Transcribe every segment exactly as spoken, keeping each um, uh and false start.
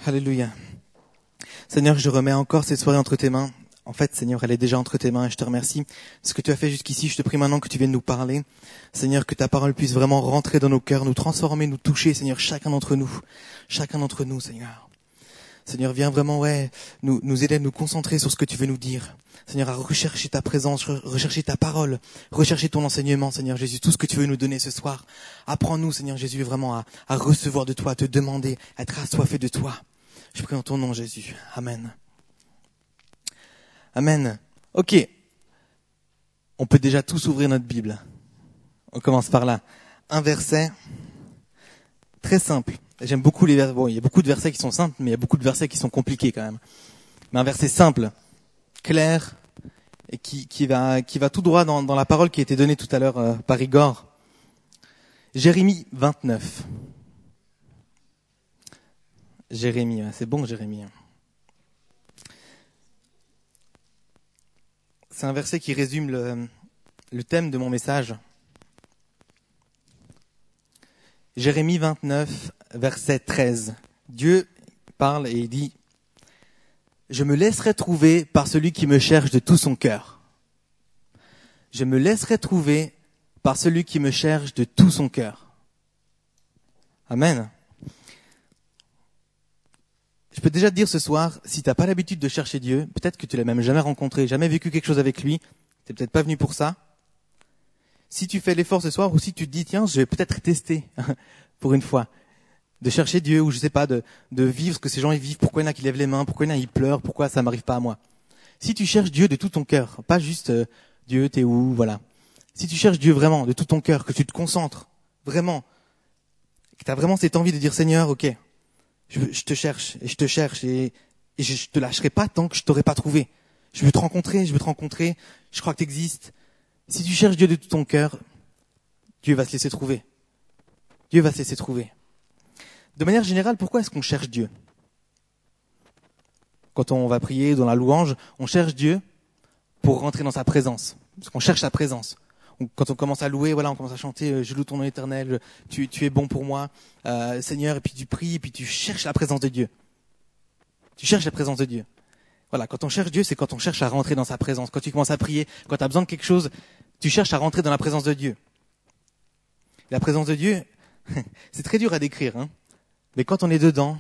Alléluia. Seigneur, je remets encore cette soirée entre tes mains. En fait, Seigneur, elle est déjà entre tes mains et je te remercie. Ce que tu as fait jusqu'ici, je te prie maintenant que tu viennes nous parler. Seigneur, que ta parole puisse vraiment rentrer dans nos cœurs, nous transformer, nous toucher, Seigneur, chacun d'entre nous. Chacun d'entre nous, Seigneur. Seigneur, viens vraiment, ouais, nous, nous aider à nous concentrer sur ce que tu veux nous dire. Seigneur, à rechercher ta présence, rechercher ta parole, rechercher ton enseignement, Seigneur Jésus, tout ce que tu veux nous donner ce soir. Apprends-nous, Seigneur Jésus, vraiment à, à recevoir de toi, à te demander, à être assoiffé de toi. Je prie en ton nom, Jésus. Amen. Amen. Ok. On peut déjà tous ouvrir notre Bible. On commence par là. Un verset très simple. J'aime beaucoup les versets. Bon, il y a beaucoup de versets qui sont simples, mais il y a beaucoup de versets qui sont compliqués quand même. Mais un verset simple, clair, et qui, qui va, qui va tout droit dans, dans la parole qui a été donnée tout à l'heure euh, par Igor. Jérémie vingt-neuf. Jérémie, c'est bon Jérémie. C'est un verset qui résume le, le thème de mon message. Jérémie vingt-neuf, verset treize. Dieu parle et il dit « Je me laisserai trouver par celui qui me cherche de tout son cœur. Je me laisserai trouver par celui qui me cherche de tout son cœur. » Amen. Je peux déjà te dire ce soir, si tu n'as pas l'habitude de chercher Dieu, peut-être que tu l'as même jamais rencontré, jamais vécu quelque chose avec lui, tu n'es peut-être pas venu pour ça. Si tu fais l'effort ce soir, ou si tu te dis, tiens, je vais peut-être tester pour une fois, de chercher Dieu, ou je sais pas, de, de vivre ce que ces gens ils vivent, pourquoi il y en a qui lèvent les mains, pourquoi il y en a qui pleurent, pourquoi ça m'arrive pas à moi. Si tu cherches Dieu de tout ton cœur, pas juste euh, Dieu, t'es où, voilà. Si tu cherches Dieu vraiment, de tout ton cœur, que tu te concentres, vraiment, que tu as vraiment cette envie de dire, Seigneur, ok, Je, je te cherche, et je te cherche, et, et je, je te lâcherai pas tant que je t'aurai pas trouvé. Je veux te rencontrer, je veux te rencontrer, je crois que tu existes. Si tu cherches Dieu de tout ton cœur, Dieu va se laisser trouver. Dieu va se laisser trouver. De manière générale, pourquoi est-ce qu'on cherche Dieu ? Quand on va prier dans la louange, on cherche Dieu pour rentrer dans sa présence. Parce qu'on cherche sa présence. Quand on commence à louer, voilà, on commence à chanter, je loue ton nom éternel, tu, tu es bon pour moi, euh, Seigneur, et puis tu pries, et puis tu cherches la présence de Dieu. Tu cherches la présence de Dieu. Voilà, quand on cherche Dieu, c'est quand on cherche à rentrer dans sa présence. Quand tu commences à prier, quand tu as besoin de quelque chose, tu cherches à rentrer dans la présence de Dieu. La présence de Dieu, c'est très dur à décrire, hein. Mais quand on est dedans,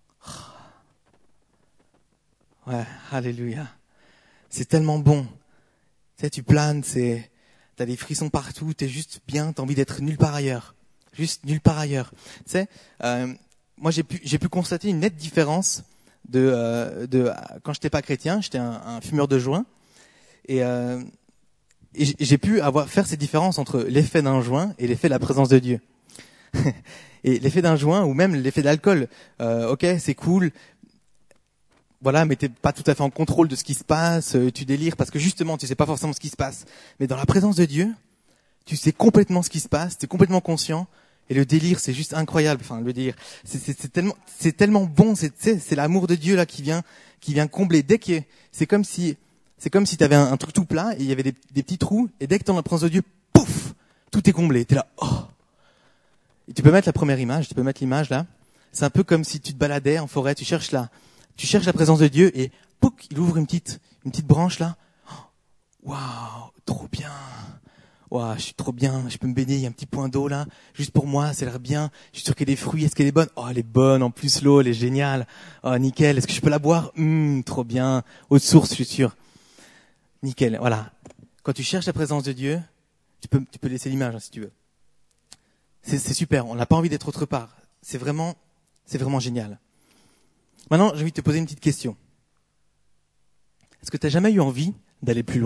ouais, alléluia, c'est tellement bon. Tu sais, tu planes, c'est... T'as des frissons partout, t'es juste bien, t'as envie d'être nulle part ailleurs. Juste nulle part ailleurs. Tu sais, euh, moi j'ai pu, j'ai pu constater une nette différence de, euh, de quand j'étais pas chrétien, j'étais un, un fumeur de joint, et, euh, et j'ai pu avoir faire cette différence entre l'effet d'un joint et l'effet de la présence de Dieu. Et l'effet d'un joint ou même l'effet d'alcool, euh, ok, c'est cool. Voilà, mais t'es pas tout à fait en contrôle de ce qui se passe, tu délires parce que justement, tu sais pas forcément ce qui se passe. Mais dans la présence de Dieu, tu sais complètement ce qui se passe, t'es complètement conscient, et le délire, c'est juste incroyable. Enfin, le délire, c'est, c'est, c'est tellement, c'est tellement bon, c'est, c'est, c'est l'amour de Dieu là qui vient, qui vient combler. Dès que, c'est comme si, c'est comme si t'avais un, un truc tout plat et il y avait des, des petits trous, et dès que t'es dans la présence de Dieu, pouf, tout est comblé. T'es là, oh. Et tu peux mettre la première image, tu peux mettre l'image là. C'est un peu comme si tu te baladais en forêt, tu cherches là. Tu cherches la présence de Dieu et pouc, il ouvre une petite, une petite branche là. Waouh, trop bien. Waouh, je suis trop bien. Je peux me baigner. Il y a un petit point d'eau là, juste pour moi. Ça a l'air bien. Je suis sûr qu'il y a des fruits. Est-ce qu'elle est bonne ? Oh, elle est bonne. En plus, l'eau, elle est géniale. Oh, nickel. Est-ce que je peux la boire ? Hum, trop bien. Eau de source, je suis sûr. Nickel. Voilà. Quand tu cherches la présence de Dieu, tu peux, tu peux laisser l'image hein, si tu veux. C'est, c'est super. On n'a pas envie d'être autre part. C'est vraiment, c'est vraiment génial. Maintenant, j'ai envie de te poser une petite question. Est-ce que tu n'as jamais eu envie d'aller plus loin ?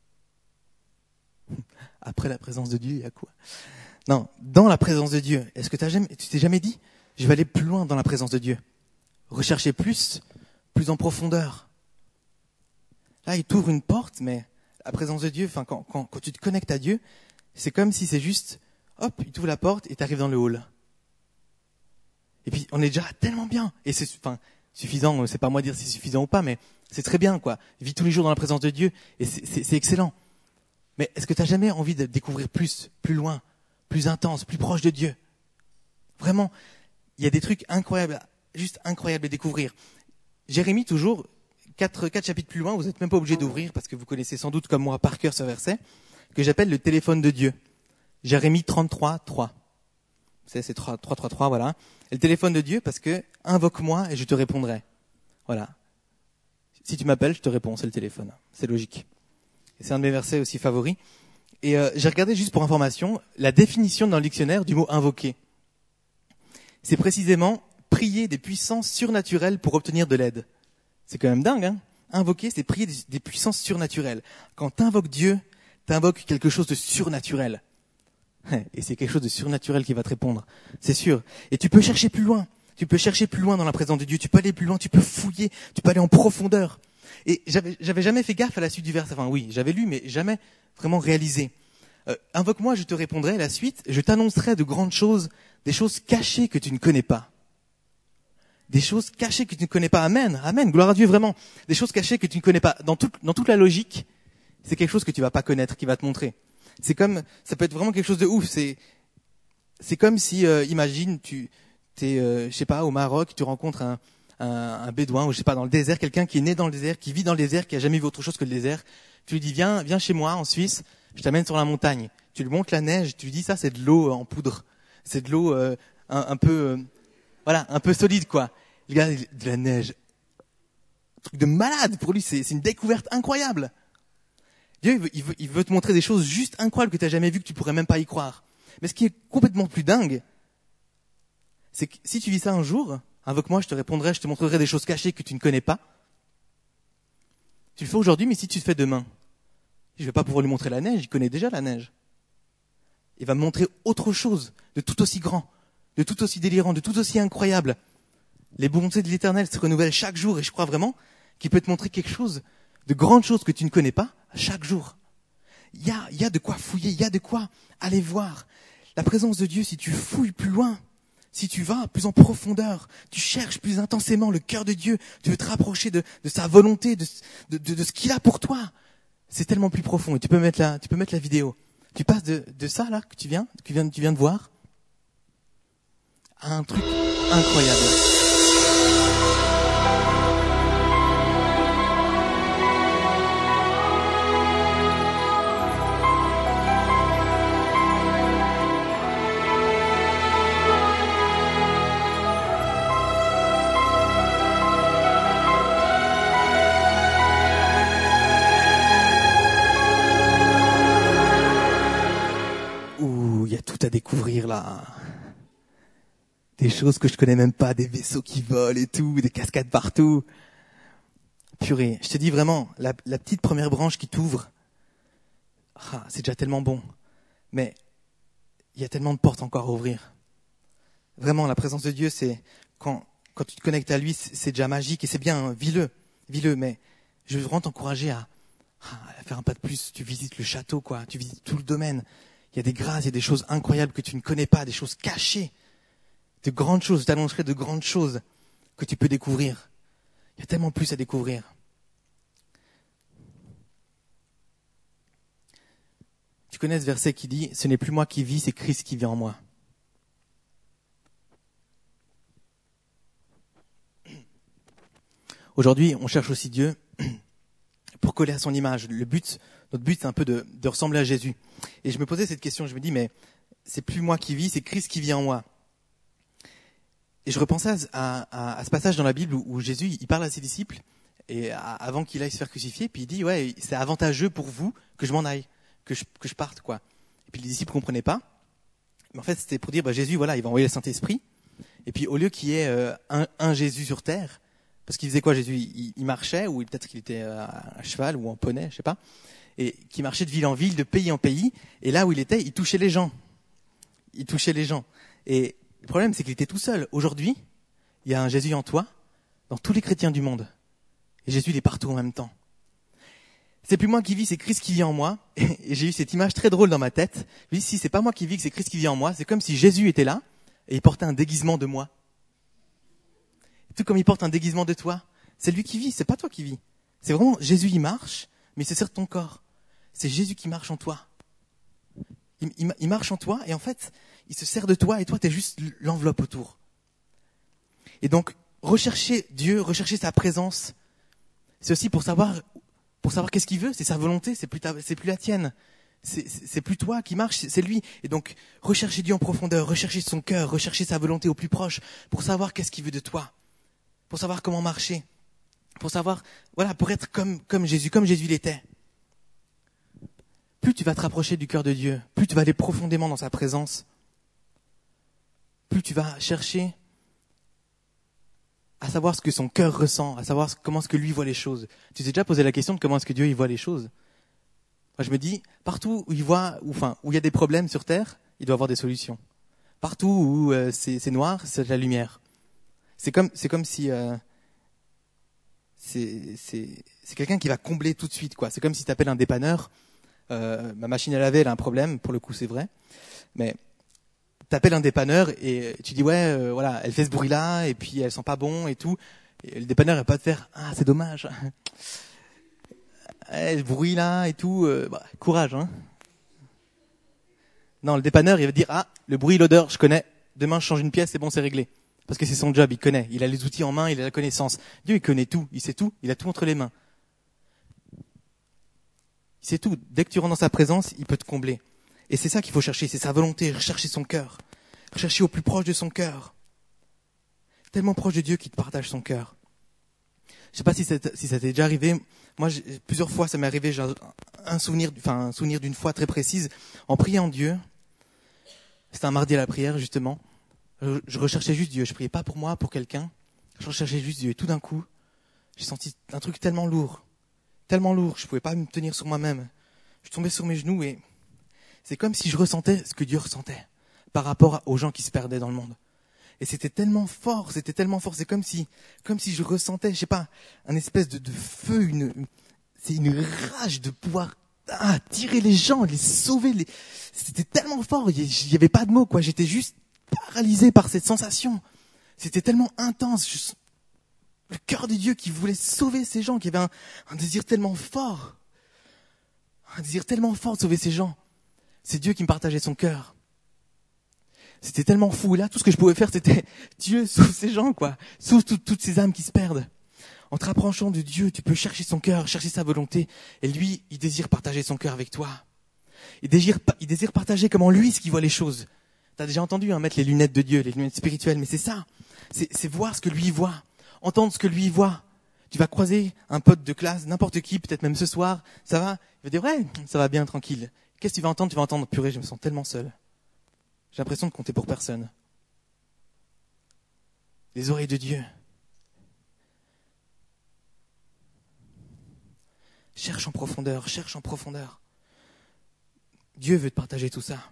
Après la présence de Dieu, il y a quoi ? Non, dans la présence de Dieu, est-ce que t'as jamais, tu t'es jamais dit, je vais aller plus loin dans la présence de Dieu ? Rechercher plus, plus en profondeur. Là, il t'ouvre une porte, mais la présence de Dieu, enfin, quand, quand, quand tu te connectes à Dieu, c'est comme si c'est juste, hop, il t'ouvre la porte et tu arrives dans le hall. Et puis, on est déjà tellement bien. Et c'est, enfin, suffisant, c'est pas moi dire si c'est suffisant ou pas, mais c'est très bien, quoi. Vis tous les jours dans la présence de Dieu, et c'est, c'est, c'est excellent. Mais est-ce que tu as jamais envie de découvrir plus, plus loin, plus intense, plus proche de Dieu ? Vraiment, il y a des trucs incroyables. juste incroyable à découvrir. Jérémie, toujours, quatre, quatre chapitres plus loin, vous n'êtes même pas obligé d'ouvrir parce que vous connaissez sans doute comme moi par cœur ce verset, que j'appelle le téléphone de Dieu. Jérémie trente-trois, trois. C'est, c'est trois, trois, trois, trois, voilà. Et le téléphone de Dieu parce que invoque-moi et je te répondrai. Voilà. Si tu m'appelles, je te réponds, c'est le téléphone. C'est logique. Et c'est un de mes versets aussi favoris. Et euh, j'ai regardé juste pour information la définition dans le dictionnaire du mot invoquer. C'est précisément prier des puissances surnaturelles pour obtenir de l'aide. C'est quand même dingue, hein. Invoquer, c'est prier des, des puissances surnaturelles. Quand t'invoques Dieu, t'invoques quelque chose de surnaturel. Et c'est quelque chose de surnaturel qui va te répondre, c'est sûr. Et tu peux chercher plus loin. Tu peux chercher plus loin dans la présence de Dieu. Tu peux aller plus loin, tu peux fouiller, tu peux aller en profondeur. Et j'avais, j'avais jamais fait gaffe à la suite du verset. Enfin oui, j'avais lu, mais jamais vraiment réalisé. Euh, invoque-moi, je te répondrai. La suite, je t'annoncerai de grandes choses, des choses cachées que tu ne connais pas. Des choses cachées que tu ne connais pas. Amen, amen, gloire à Dieu, vraiment. Des choses cachées que tu ne connais pas. Dans, tout, dans toute la logique, c'est quelque chose que tu vas pas connaître, qui va te montrer. C'est comme, ça peut être vraiment quelque chose de ouf. C'est, c'est comme si, euh, imagine, tu, t'es, euh, je sais pas, au Maroc, tu rencontres un, un, un bédouin, ou je sais pas, dans le désert, quelqu'un qui est né dans le désert, qui vit dans le désert, qui a jamais vu autre chose que le désert. Tu lui dis, viens, viens chez moi, en Suisse, je t'amène sur la montagne. Tu lui montres la neige, tu lui dis, ça, c'est de l'eau en poudre. C'est de l'eau, euh, un, un peu, euh, voilà, un peu solide, quoi. Le gars, de la neige. Un truc de malade. Pour lui, c'est, c'est une découverte incroyable. Dieu, il veut, il veut, il veut te montrer des choses juste incroyables que tu n'as jamais vues, que tu pourrais même pas y croire. Mais ce qui est complètement plus dingue, c'est que si tu vis ça un jour, invoque-moi, je te répondrai, je te montrerai des choses cachées que tu ne connais pas. Tu le fais aujourd'hui, mais si tu le fais demain, je vais pas pouvoir lui montrer la neige, il connaît déjà la neige. Il va me montrer autre chose, de tout aussi grand, de tout aussi délirant, de tout aussi incroyable. Les bontés de l'Éternel se renouvellent chaque jour, et je crois vraiment qu'il peut te montrer quelque chose, de grandes choses que tu ne connais pas, chaque jour. Il y a, il y a de quoi fouiller, il y a de quoi aller voir. La présence de Dieu, si tu fouilles plus loin, si tu vas plus en profondeur, tu cherches plus intensément le cœur de Dieu, tu veux te rapprocher de, de sa volonté, de, de, de, de ce qu'il a pour toi, c'est tellement plus profond. Et tu peux mettre la, tu peux mettre la vidéo. Tu passes de, de ça là que tu viens, que tu viens, tu viens de voir, à un truc incroyable. À découvrir là, des choses que je connais même pas, des vaisseaux qui volent et tout, des cascades partout. Purée, je te dis vraiment, la, la petite première branche qui t'ouvre, ah, c'est déjà tellement bon. Mais il y a tellement de portes encore à ouvrir. Vraiment, la présence de Dieu, c'est quand quand tu te connectes à lui, c'est, c'est déjà magique et c'est bien, hein, vis-le, vis-le. Mais je veux vraiment t'encourager à, à faire un pas de plus. Tu visites le château, quoi. Tu visites tout le domaine. Il y a des grâces, il y a des choses incroyables que tu ne connais pas, des choses cachées, de grandes choses. Je t'annoncerai de grandes choses que tu peux découvrir. Il y a tellement plus à découvrir. Tu connais ce verset qui dit « Ce n'est plus moi qui vis, c'est Christ qui vit en moi ». Aujourd'hui, on cherche aussi Dieu pour coller à son image. Le but, notre but, c'est un peu de, de ressembler à Jésus. Et je me posais cette question, je me dis, mais c'est plus moi qui vis, c'est Christ qui vit en moi. Et je repensais à, à, à ce passage dans la Bible où, où Jésus, il parle à ses disciples, et à, avant qu'il aille se faire crucifier, puis il dit, ouais, c'est avantageux pour vous que je m'en aille, que je, que je parte, quoi. Et puis les disciples comprenaient pas. Mais en fait, c'était pour dire, bah, Jésus, voilà, il va envoyer le Saint-Esprit. Et puis au lieu qu'il y ait euh, un, un Jésus sur terre, parce qu'il faisait quoi, Jésus? Il, il marchait, ou peut-être qu'il était à cheval ou en poney, je sais pas, et qui marchait de ville en ville, de pays en pays, et là où il était, il touchait les gens. Il touchait les gens. Et le problème, c'est qu'il était tout seul. Aujourd'hui, il y a un Jésus en toi, dans tous les chrétiens du monde. Et Jésus, il est partout en même temps. C'est plus moi qui vis, c'est Christ qui vit en moi. Et j'ai eu cette image très drôle dans ma tête. Je me dis, si c'est pas moi qui vis, que c'est Christ qui vit en moi, c'est comme si Jésus était là, et il portait un déguisement de moi. Tout comme il porte un déguisement de toi. C'est lui qui vit, c'est pas toi qui vis. C'est vraiment, Jésus, il marche, mais il se sert de ton corps. C'est Jésus qui marche en toi. Il, il, il marche en toi, et en fait, il se sert de toi, et toi, t'es juste l'enveloppe autour. Et donc, rechercher Dieu, rechercher sa présence, c'est aussi pour savoir, pour savoir qu'est-ce qu'il veut, c'est sa volonté, c'est plus ta, c'est plus la tienne. C'est, c'est, c'est plus toi qui marche, c'est, c'est lui. Et donc, rechercher Dieu en profondeur, rechercher son cœur, rechercher sa volonté au plus proche, pour savoir qu'est-ce qu'il veut de toi, pour savoir comment marcher, pour savoir, voilà, pour être comme, comme Jésus, comme Jésus l'était. Plus tu vas te rapprocher du cœur de Dieu, plus tu vas aller profondément dans sa présence, plus tu vas chercher à savoir ce que son cœur ressent, à savoir comment est-ce que lui voit les choses. Tu t'es déjà posé la question de comment est-ce que Dieu il voit les choses? Moi, je me dis, partout où il voit, où, enfin, où il y a des problèmes sur Terre, il doit avoir des solutions. Partout où euh, c'est, c'est noir, c'est de la lumière. C'est comme, c'est comme si euh, c'est, c'est, c'est quelqu'un qui va combler tout de suite, quoi. C'est comme si tu appelles un dépanneur. Euh, ma machine à laver, elle a un problème. Pour le coup, c'est vrai. Mais t'appelles un dépanneur et tu dis ouais, euh, voilà, elle fait ce bruit-là et puis elle sent pas bon et tout. Et le dépanneur il va pas te faire ah c'est dommage. Eh, ce bruit-là et tout, euh, bah, courage hein. Non, le dépanneur il va dire ah le bruit, l'odeur, je connais. Demain je change une pièce, c'est bon, c'est réglé. Parce que c'est son job, il connaît, il a les outils en main, il a la connaissance. Dieu il connaît tout, il sait tout, il a tout entre les mains. Il sait tout. Dès que tu rentres dans sa présence, il peut te combler. Et c'est ça qu'il faut chercher, c'est sa volonté, rechercher son cœur. Rechercher au plus proche de son cœur. Tellement proche de Dieu qu'il te partage son cœur. Je sais pas si, si ça t'est déjà arrivé. Moi, plusieurs fois, ça m'est arrivé. J'ai un souvenir, enfin, un souvenir d'une fois très précise. En priant Dieu, c'était un mardi à la prière, justement. Je, je recherchais juste Dieu. Je priais pas pour moi, pour quelqu'un. Je recherchais juste Dieu. Et tout d'un coup, j'ai senti un truc tellement lourd. Tellement lourd. Je pouvais pas me tenir sur moi-même. Je tombais sur mes genoux et c'est comme si je ressentais ce que Dieu ressentait par rapport aux gens qui se perdaient dans le monde. Et c'était tellement fort, c'était tellement fort, c'est comme si, comme si je ressentais, je sais pas, un espèce de, de feu, une, c'est une rage de pouvoir ah, tirer les gens, les sauver. Les... C'était tellement fort, il y avait pas de mots, quoi. J'étais juste paralysé par cette sensation. C'était tellement intense. Je... Le cœur de Dieu qui voulait sauver ces gens, qui avait un, un désir tellement fort, un désir tellement fort de sauver ces gens. C'est Dieu qui me partageait son cœur. C'était tellement fou. Et là, tout ce que je pouvais faire, c'était Dieu, sauve ces gens, quoi. Sauve tout, toutes ces âmes qui se perdent. En te rapprochant de Dieu, tu peux chercher son cœur, chercher sa volonté. Et lui, il désire partager son cœur avec toi. Il désire, il désire partager comment lui, ce qu'il voit les choses. T'as déjà entendu, hein, mettre les lunettes de Dieu, les lunettes spirituelles. Mais c'est ça. C'est, c'est voir ce que lui voit. Entendre ce que lui voit. Tu vas croiser un pote de classe, n'importe qui, peut-être même ce soir. Ça va? Il va dire, ouais, ça va bien, tranquille. Qu'est-ce que tu vas entendre? Tu vas entendre, purée, je me sens tellement seul. J'ai l'impression de compter pour personne. Les oreilles de Dieu. Cherche en profondeur, cherche en profondeur. Dieu veut te partager tout ça.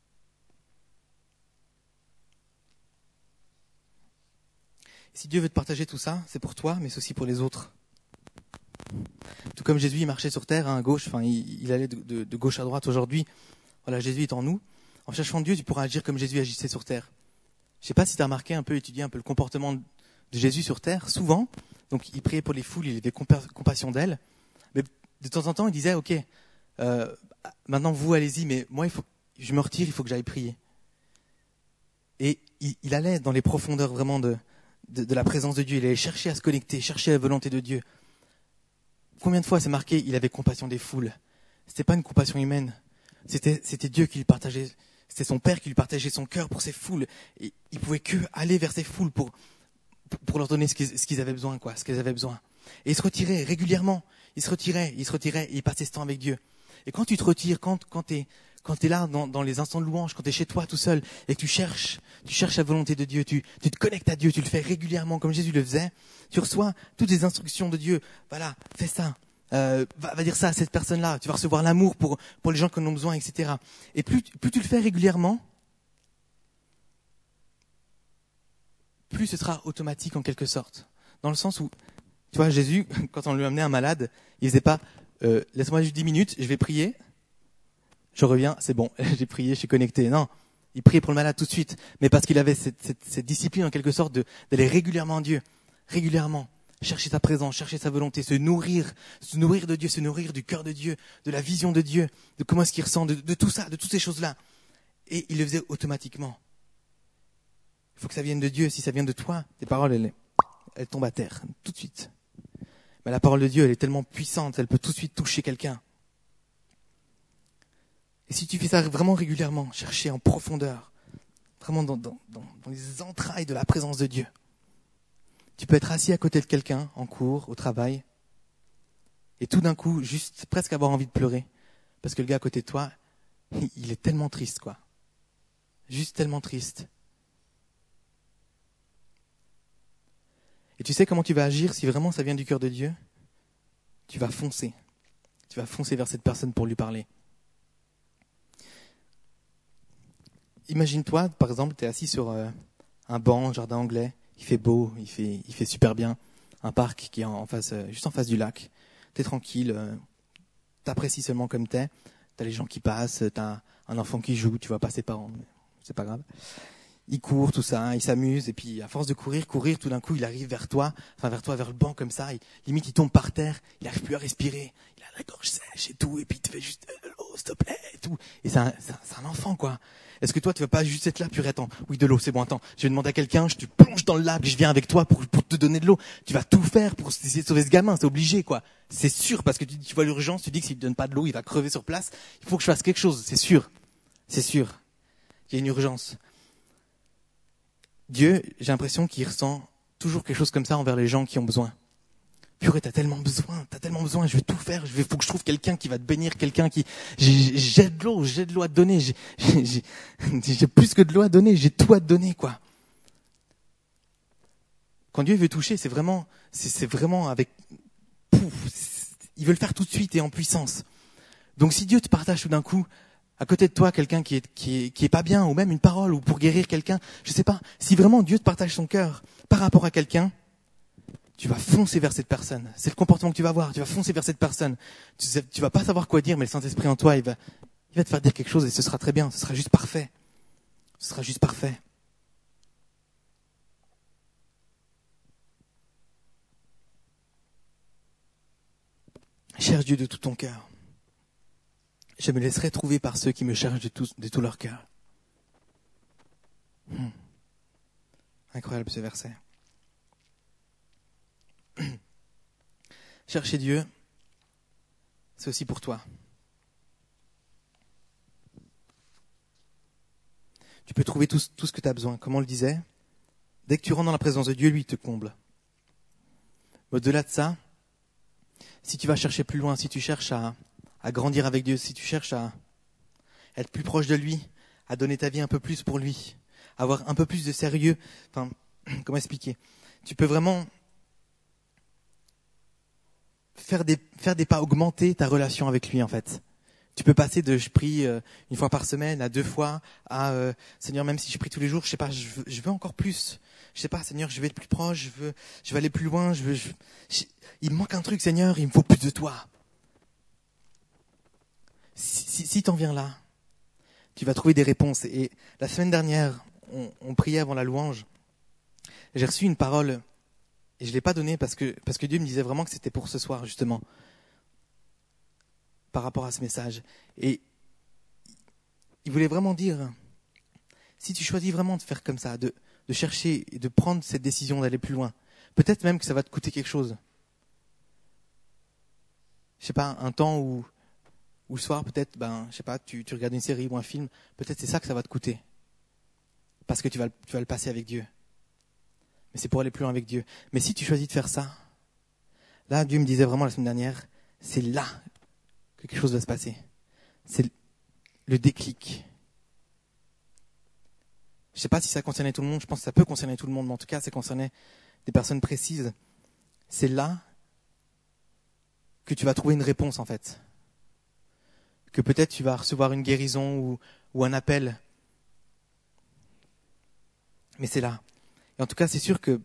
Et si Dieu veut te partager tout ça, c'est pour toi, mais c'est aussi pour les autres. Tout comme Jésus, il marchait sur terre, hein, à gauche, enfin, il, il allait de, de, de gauche à droite aujourd'hui. Voilà, Jésus est en nous. En cherchant Dieu, tu pourras agir comme Jésus agissait sur terre. Je ne sais pas si tu as remarqué un peu, étudié un peu le comportement de Jésus sur terre. Souvent, donc il priait pour les foules, il avait compa- compassion d'elles. Mais de temps en temps, il disait, ok, euh, maintenant vous allez-y, mais moi, il faut, je me retire, il faut que j'aille prier. Et il, il allait dans les profondeurs vraiment de, de, de la présence de Dieu. Il allait chercher à se connecter, chercher la volonté de Dieu. Combien de fois c'est marqué, il avait compassion des foules. C'était pas une compassion humaine. C'était, c'était Dieu qui lui partageait. C'était son Père qui lui partageait son cœur pour ces foules. Et il pouvait que aller vers ces foules pour, pour leur donner ce qu'ils, ce qu'ils avaient besoin, quoi, ce qu'elles avaient besoin. Et il se retirait régulièrement. Il se retirait, il se retirait et il passait ce temps avec Dieu. Et quand tu te retires, quand, quand t'es, quand t'es là dans, dans les instants de louange, quand t'es chez toi tout seul et que tu cherches, tu cherches la volonté de Dieu, tu, tu te connectes à Dieu, tu le fais régulièrement comme Jésus le faisait, tu reçois toutes les instructions de Dieu. Voilà, fais ça. Euh, va, va dire ça à cette personne-là, tu vas recevoir l'amour pour, pour les gens qui en ont besoin, et cetera. Et plus, plus tu le fais régulièrement, plus ce sera automatique en quelque sorte. Dans le sens où, tu vois, Jésus, quand on lui amenait un malade, il faisait pas euh, « laisse-moi juste dix minutes, je vais prier, je reviens, c'est bon, j'ai prié, je suis connecté ». Non, il priait pour le malade tout de suite, mais parce qu'il avait cette, cette, cette discipline en quelque sorte de, d'aller régulièrement à Dieu, régulièrement. Chercher sa présence, chercher sa volonté, se nourrir, se nourrir de Dieu, se nourrir du cœur de Dieu, de la vision de Dieu, de comment est-ce qu'il ressent, de, de tout ça, de toutes ces choses-là. Et il le faisait automatiquement. Il faut que ça vienne de Dieu. Si ça vient de toi, tes paroles, elles, elle tombe à terre, tout de suite. Mais la parole de Dieu, elle est tellement puissante, elle peut tout de suite toucher quelqu'un. Et si tu fais ça vraiment régulièrement, chercher en profondeur, vraiment dans, dans, dans, dans les entrailles de la présence de Dieu, tu peux être assis à côté de quelqu'un, en cours, au travail, et tout d'un coup, juste presque avoir envie de pleurer, parce que le gars à côté de toi, il est tellement triste, quoi. Juste tellement triste. Et tu sais comment tu vas agir si vraiment ça vient du cœur de Dieu ? Tu vas foncer. Tu vas foncer vers cette personne pour lui parler. Imagine-toi, par exemple, tu es assis sur euh, un banc, jardin anglais, il fait beau, il fait, il fait super bien, un parc qui est en face, euh, juste en face du lac. Tu es tranquille, euh, t'apprécies seulement comme t'es, tu as les gens qui passent, tu as un enfant qui joue, tu vois pas ses parents, mais c'est pas grave. Il court, tout ça, il s'amuse, et puis à force de courir, courir, tout d'un coup, il arrive vers toi, enfin vers toi, vers le banc comme ça, il, limite il tombe par terre, il n'arrive plus à respirer, il a la gorge sèche et tout, et puis il te fait juste de l'eau, s'il te plaît, et tout. Et c'est un, c'est un, c'est un enfant, quoi. Est-ce que toi, tu vas pas juste être là, purée, attends, oui, de l'eau, c'est bon, attends, je vais demander à quelqu'un, je te plonge dans le lac, je viens avec toi pour, pour te donner de l'eau. Tu vas tout faire pour essayer de sauver ce gamin, c'est obligé, quoi. C'est sûr, parce que tu, tu vois l'urgence, tu dis que s'il ne donne pas de l'eau, il va crever sur place, il faut que je fasse quelque chose, c'est sûr. C'est sûr. Il y a une urgence. Dieu, j'ai l'impression qu'il ressent toujours quelque chose comme ça envers les gens qui ont besoin. Purée, t'as tellement besoin, t'as tellement besoin, je vais tout faire, je vais, faut que je trouve quelqu'un qui va te bénir, quelqu'un qui, j'ai, j'ai de l'eau, j'ai de l'eau à te donner, j'ai, j'ai, j'ai, j'ai plus que de l'eau à donner, j'ai tout à te donner, quoi. Quand Dieu veut toucher, c'est vraiment, c'est, c'est vraiment avec, pouf, il veut le faire tout de suite et en puissance. Donc si Dieu te partage tout d'un coup, à côté de toi, quelqu'un qui est, qui est, qui est pas bien, ou même une parole, ou pour guérir quelqu'un, je sais pas, si vraiment Dieu te partage son cœur par rapport à quelqu'un, tu vas foncer vers cette personne. C'est le comportement que tu vas avoir, tu vas foncer vers cette personne. Tu, sais, tu vas pas savoir quoi dire, mais le Saint-Esprit en toi, il va, il va te faire dire quelque chose et ce sera très bien, ce sera juste parfait. Ce sera juste parfait. Cherche Dieu de tout ton cœur. Je me laisserai trouver par ceux qui me cherchent de tout, de tout leur cœur. Hmm. Incroyable ce verset. Chercher Dieu, c'est aussi pour toi. Tu peux trouver tout, tout ce que tu as besoin. Comme on le disait, dès que tu rentres dans la présence de Dieu, lui, il te comble. Au-delà de ça, si tu vas chercher plus loin, si tu cherches à, à grandir avec Dieu, si tu cherches à être plus proche de lui, à donner ta vie un peu plus pour lui, avoir un peu plus de sérieux, enfin, comment expliquer ? Tu peux vraiment faire des, faire des pas, augmenter ta relation avec lui, en fait. Tu peux passer de je prie euh, une fois par semaine à deux fois à euh, Seigneur, même si je prie tous les jours, je sais pas, je veux, je veux encore plus. Je sais pas, Seigneur, je veux être plus proche, je veux, je veux aller plus loin. Je veux, je, je, il me manque un truc, Seigneur, il me faut plus de toi. Si, si, si t'en viens là, tu vas trouver des réponses. Et la semaine dernière, on, on priait avant la louange. J'ai reçu une parole et je l'ai pas donnée parce que parce que Dieu me disait vraiment que c'était pour ce soir justement. Par rapport à ce message. Et il voulait vraiment dire, si tu choisis vraiment de faire comme ça, de, de chercher et de prendre cette décision d'aller plus loin, peut-être même que ça va te coûter quelque chose. Je sais pas, un temps où, où le soir, peut-être, ben, je sais pas, tu, tu regardes une série ou un film, peut-être c'est ça que ça va te coûter. Parce que tu vas, tu vas le passer avec Dieu. Mais c'est pour aller plus loin avec Dieu. Mais si tu choisis de faire ça, là, Dieu me disait vraiment la semaine dernière, c'est là que quelque chose va se passer. C'est le déclic. Je ne sais pas si ça concernait tout le monde, je pense que ça peut concerner tout le monde, mais en tout cas, ça concernait des personnes précises. C'est là que tu vas trouver une réponse, en fait. Que peut-être tu vas recevoir une guérison ou, ou un appel. Mais c'est là. Et en tout cas, c'est sûr que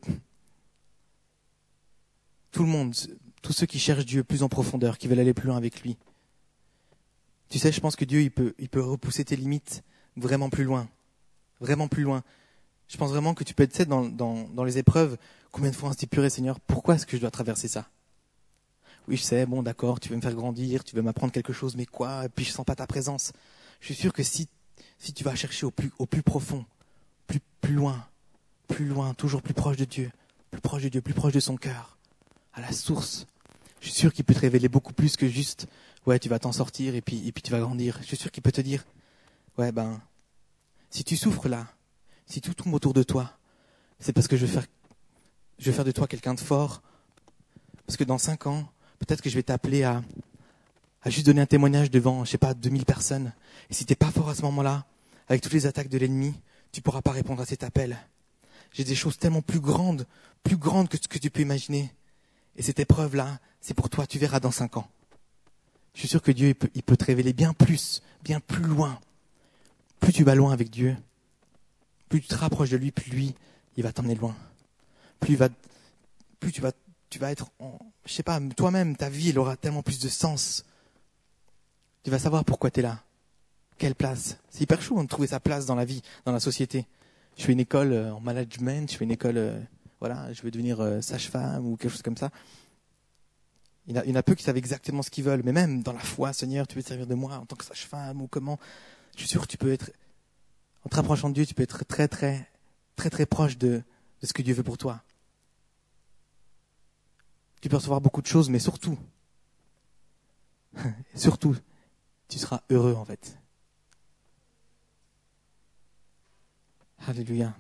tout le monde, tous ceux qui cherchent Dieu plus en profondeur, qui veulent aller plus loin avec lui, tu sais, je pense que Dieu, il peut, il peut repousser tes limites vraiment plus loin. Vraiment plus loin. Je pense vraiment que tu peux être, tu sais, dans, dans, dans les épreuves, combien de fois on se dit, purée Seigneur, pourquoi est-ce que je dois traverser ça ? Oui, je sais, bon d'accord, tu veux me faire grandir, tu veux m'apprendre quelque chose, mais quoi ? Et puis je sens pas ta présence. Je suis sûr que si, si tu vas chercher au plus, au plus profond, plus, plus loin, plus loin, toujours plus proche de Dieu, plus proche de Dieu, plus proche de son cœur, à la source. Je suis sûr qu'il peut te révéler beaucoup plus que juste, ouais, tu vas t'en sortir et puis, et puis tu vas grandir. Je suis sûr qu'il peut te dire, ouais, ben, si tu souffres là, si tout tombe autour de toi, c'est parce que je vais faire, je vais faire de toi quelqu'un de fort. Parce que dans cinq ans, peut-être que je vais t'appeler à, à juste donner un témoignage devant, je sais pas, deux mille personnes. Et si t'es pas fort à ce moment-là, avec toutes les attaques de l'ennemi, tu pourras pas répondre à cet appel. J'ai des choses tellement plus grandes, plus grandes que ce que tu peux imaginer. Et cette épreuve-là, c'est pour toi, tu verras dans cinq ans. Je suis sûr que Dieu, il peut, il peut te révéler bien plus, bien plus loin. Plus tu vas loin avec Dieu, plus tu te rapproches de lui, plus lui, il va t'emmener loin. Plus, il va, plus tu vas, tu vas être, en, je sais pas, toi-même, ta vie, elle aura tellement plus de sens. Tu vas savoir pourquoi tu es là. Quelle place. C'est hyper chaud de trouver sa place dans la vie, dans la société. Je fais une école euh, en management, je fais une école, euh, voilà, je veux devenir euh, sage-femme ou quelque chose comme ça. Il y, en a, il y en a peu qui savent exactement ce qu'ils veulent, mais même dans la foi, Seigneur, tu veux te servir de moi en tant que sage-femme ou comment. Je suis sûr que tu peux être, en te rapprochant de Dieu, tu peux être très, très, très, très proche de, de ce que Dieu veut pour toi. Tu peux recevoir beaucoup de choses, mais surtout, surtout, tu seras heureux en fait. Alléluia.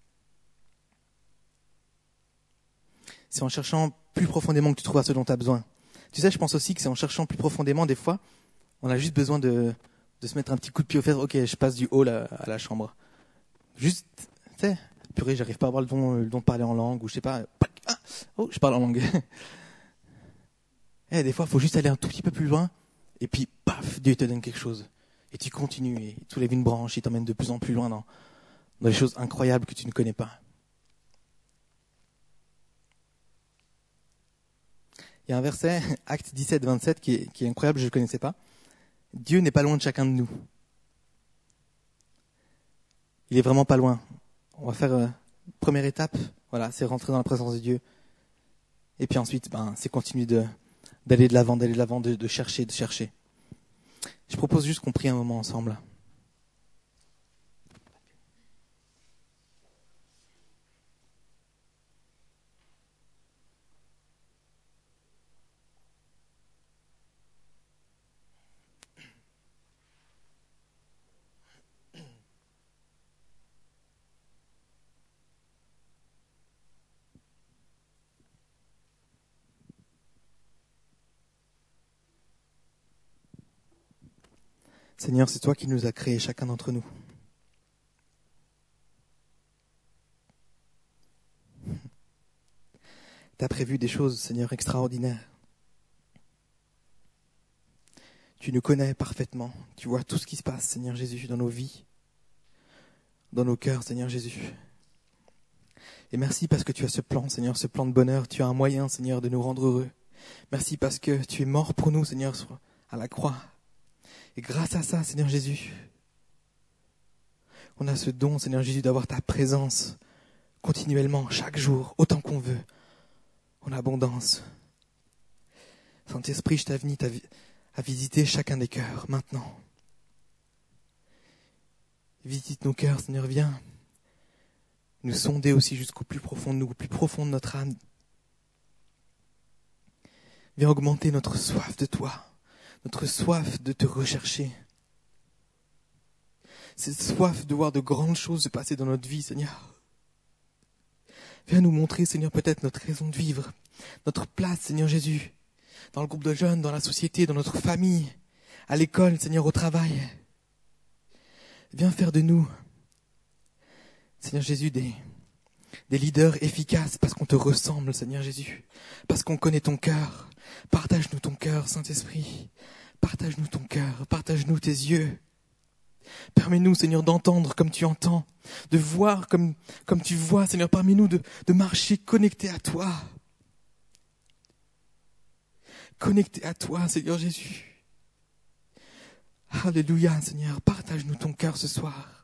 C'est en cherchant plus profondément que tu trouveras ce dont tu as besoin. Tu sais, je pense aussi que c'est en cherchant plus profondément, des fois, on a juste besoin de, de se mettre un petit coup de pied aux fesses. Ok, je passe du hall à, à la chambre. Juste, tu sais, purée, j'arrive pas à avoir le don, le don de parler en langue, ou je sais pas, ah, oh, je parle en langue. Eh, des fois, il faut juste aller un tout petit peu plus loin, et puis, paf, Dieu te donne quelque chose. Et tu continues, et tu soulèves une branche, il t'emmène de plus en plus loin dans, dans des choses incroyables que tu ne connais pas. Il y a un verset, Acte dix-sept, vingt-sept, qui est, qui est incroyable, je ne le connaissais pas. Dieu n'est pas loin de chacun de nous. Il est vraiment pas loin. On va faire euh, première étape, voilà, c'est rentrer dans la présence de Dieu. Et puis ensuite, ben, c'est continuer de, d'aller de l'avant, d'aller de l'avant, de, de chercher, de chercher. Je propose juste qu'on prie un moment ensemble. Seigneur, c'est toi qui nous as créés, chacun d'entre nous. Tu as prévu des choses, Seigneur, extraordinaires. Tu nous connais parfaitement. Tu vois tout ce qui se passe, Seigneur Jésus, dans nos vies, dans nos cœurs, Seigneur Jésus. Et merci parce que tu as ce plan, Seigneur, ce plan de bonheur. Tu as un moyen, Seigneur, de nous rendre heureux. Merci parce que tu es mort pour nous, Seigneur, à la croix. Et grâce à ça, Seigneur Jésus, on a ce don, Seigneur Jésus, d'avoir ta présence continuellement, chaque jour, autant qu'on veut, en abondance. Saint-Esprit, je t'invite à visiter chacun des cœurs, maintenant. Visite nos cœurs, Seigneur, viens nous sonder aussi jusqu'au plus profond de nous, au plus profond de notre âme. Viens augmenter notre soif de toi, notre soif de te rechercher. Cette soif de voir de grandes choses se passer dans notre vie, Seigneur. Viens nous montrer, Seigneur, peut-être notre raison de vivre, notre place, Seigneur Jésus, dans le groupe de jeunes, dans la société, dans notre famille, à l'école, Seigneur, au travail. Viens faire de nous, Seigneur Jésus, des, des leaders efficaces parce qu'on te ressemble, Seigneur Jésus, parce qu'on connaît ton cœur. Partage-nous ton cœur, Saint-Esprit. Partage-nous ton cœur, partage-nous tes yeux. Permets-nous, Seigneur, d'entendre comme tu entends, de voir comme, comme tu vois, Seigneur, parmi nous, de, de marcher connecté à toi. Connecté à toi, Seigneur Jésus. Alléluia, Seigneur, partage-nous ton cœur ce soir.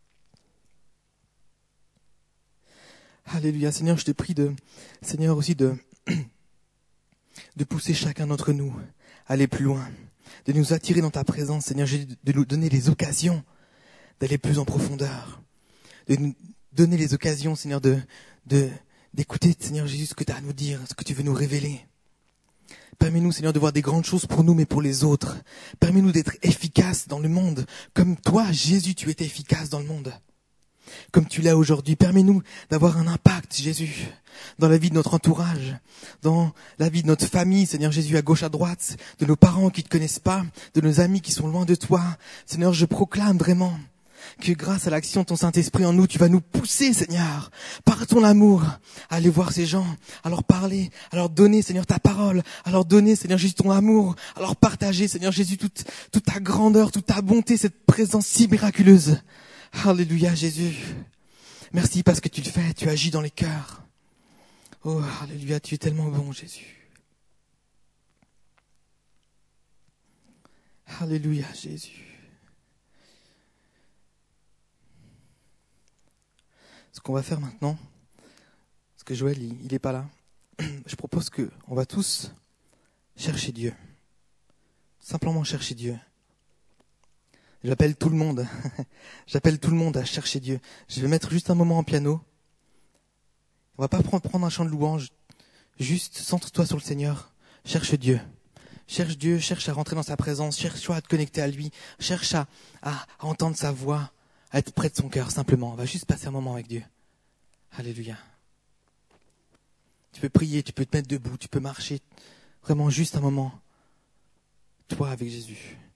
Alléluia, Seigneur, je te prie de, Seigneur, aussi de, de pousser chacun d'entre nous à aller plus loin, de nous attirer dans ta présence, Seigneur Jésus, de nous donner les occasions d'aller plus en profondeur, de nous donner les occasions, Seigneur, de, de, d'écouter, Seigneur Jésus, ce que tu as à nous dire, ce que tu veux nous révéler. Permets-nous, Seigneur, de voir des grandes choses pour nous, mais pour les autres. Permets-nous d'être efficaces dans le monde, comme toi, Jésus, tu étais efficace dans le monde. Comme tu l'as aujourd'hui. Permets-nous d'avoir un impact, Jésus, dans la vie de notre entourage, dans la vie de notre famille, Seigneur Jésus, à gauche, à droite, de nos parents qui ne te connaissent pas, de nos amis qui sont loin de toi. Seigneur, je proclame vraiment que grâce à l'action de ton Saint-Esprit en nous, tu vas nous pousser, Seigneur, par ton amour, à aller voir ces gens, à leur parler, à leur donner, Seigneur, ta parole, à leur donner, Seigneur Jésus, ton amour, à leur partager, Seigneur Jésus, toute, toute ta grandeur, toute ta bonté, cette présence si miraculeuse. Alléluia, Jésus. Merci parce que tu le fais, tu agis dans les cœurs. Oh, alléluia, tu es tellement bon, Jésus. Alléluia, Jésus. Ce qu'on va faire maintenant, parce que Joël, il, il est pas là, je propose que on va tous chercher Dieu. Simplement chercher Dieu. J'appelle tout le monde. J'appelle tout le monde à chercher Dieu. Je vais mettre juste un moment en piano. On va pas prendre, prendre un chant de louange. Juste centre-toi sur le Seigneur. Cherche Dieu. Cherche Dieu, cherche à rentrer dans sa présence, cherche à te connecter à lui, cherche à, à, à entendre sa voix, à être près de son cœur simplement. On va juste passer un moment avec Dieu. Alléluia. Tu peux prier, tu peux te mettre debout, tu peux marcher. Vraiment juste un moment. Toi avec Jésus.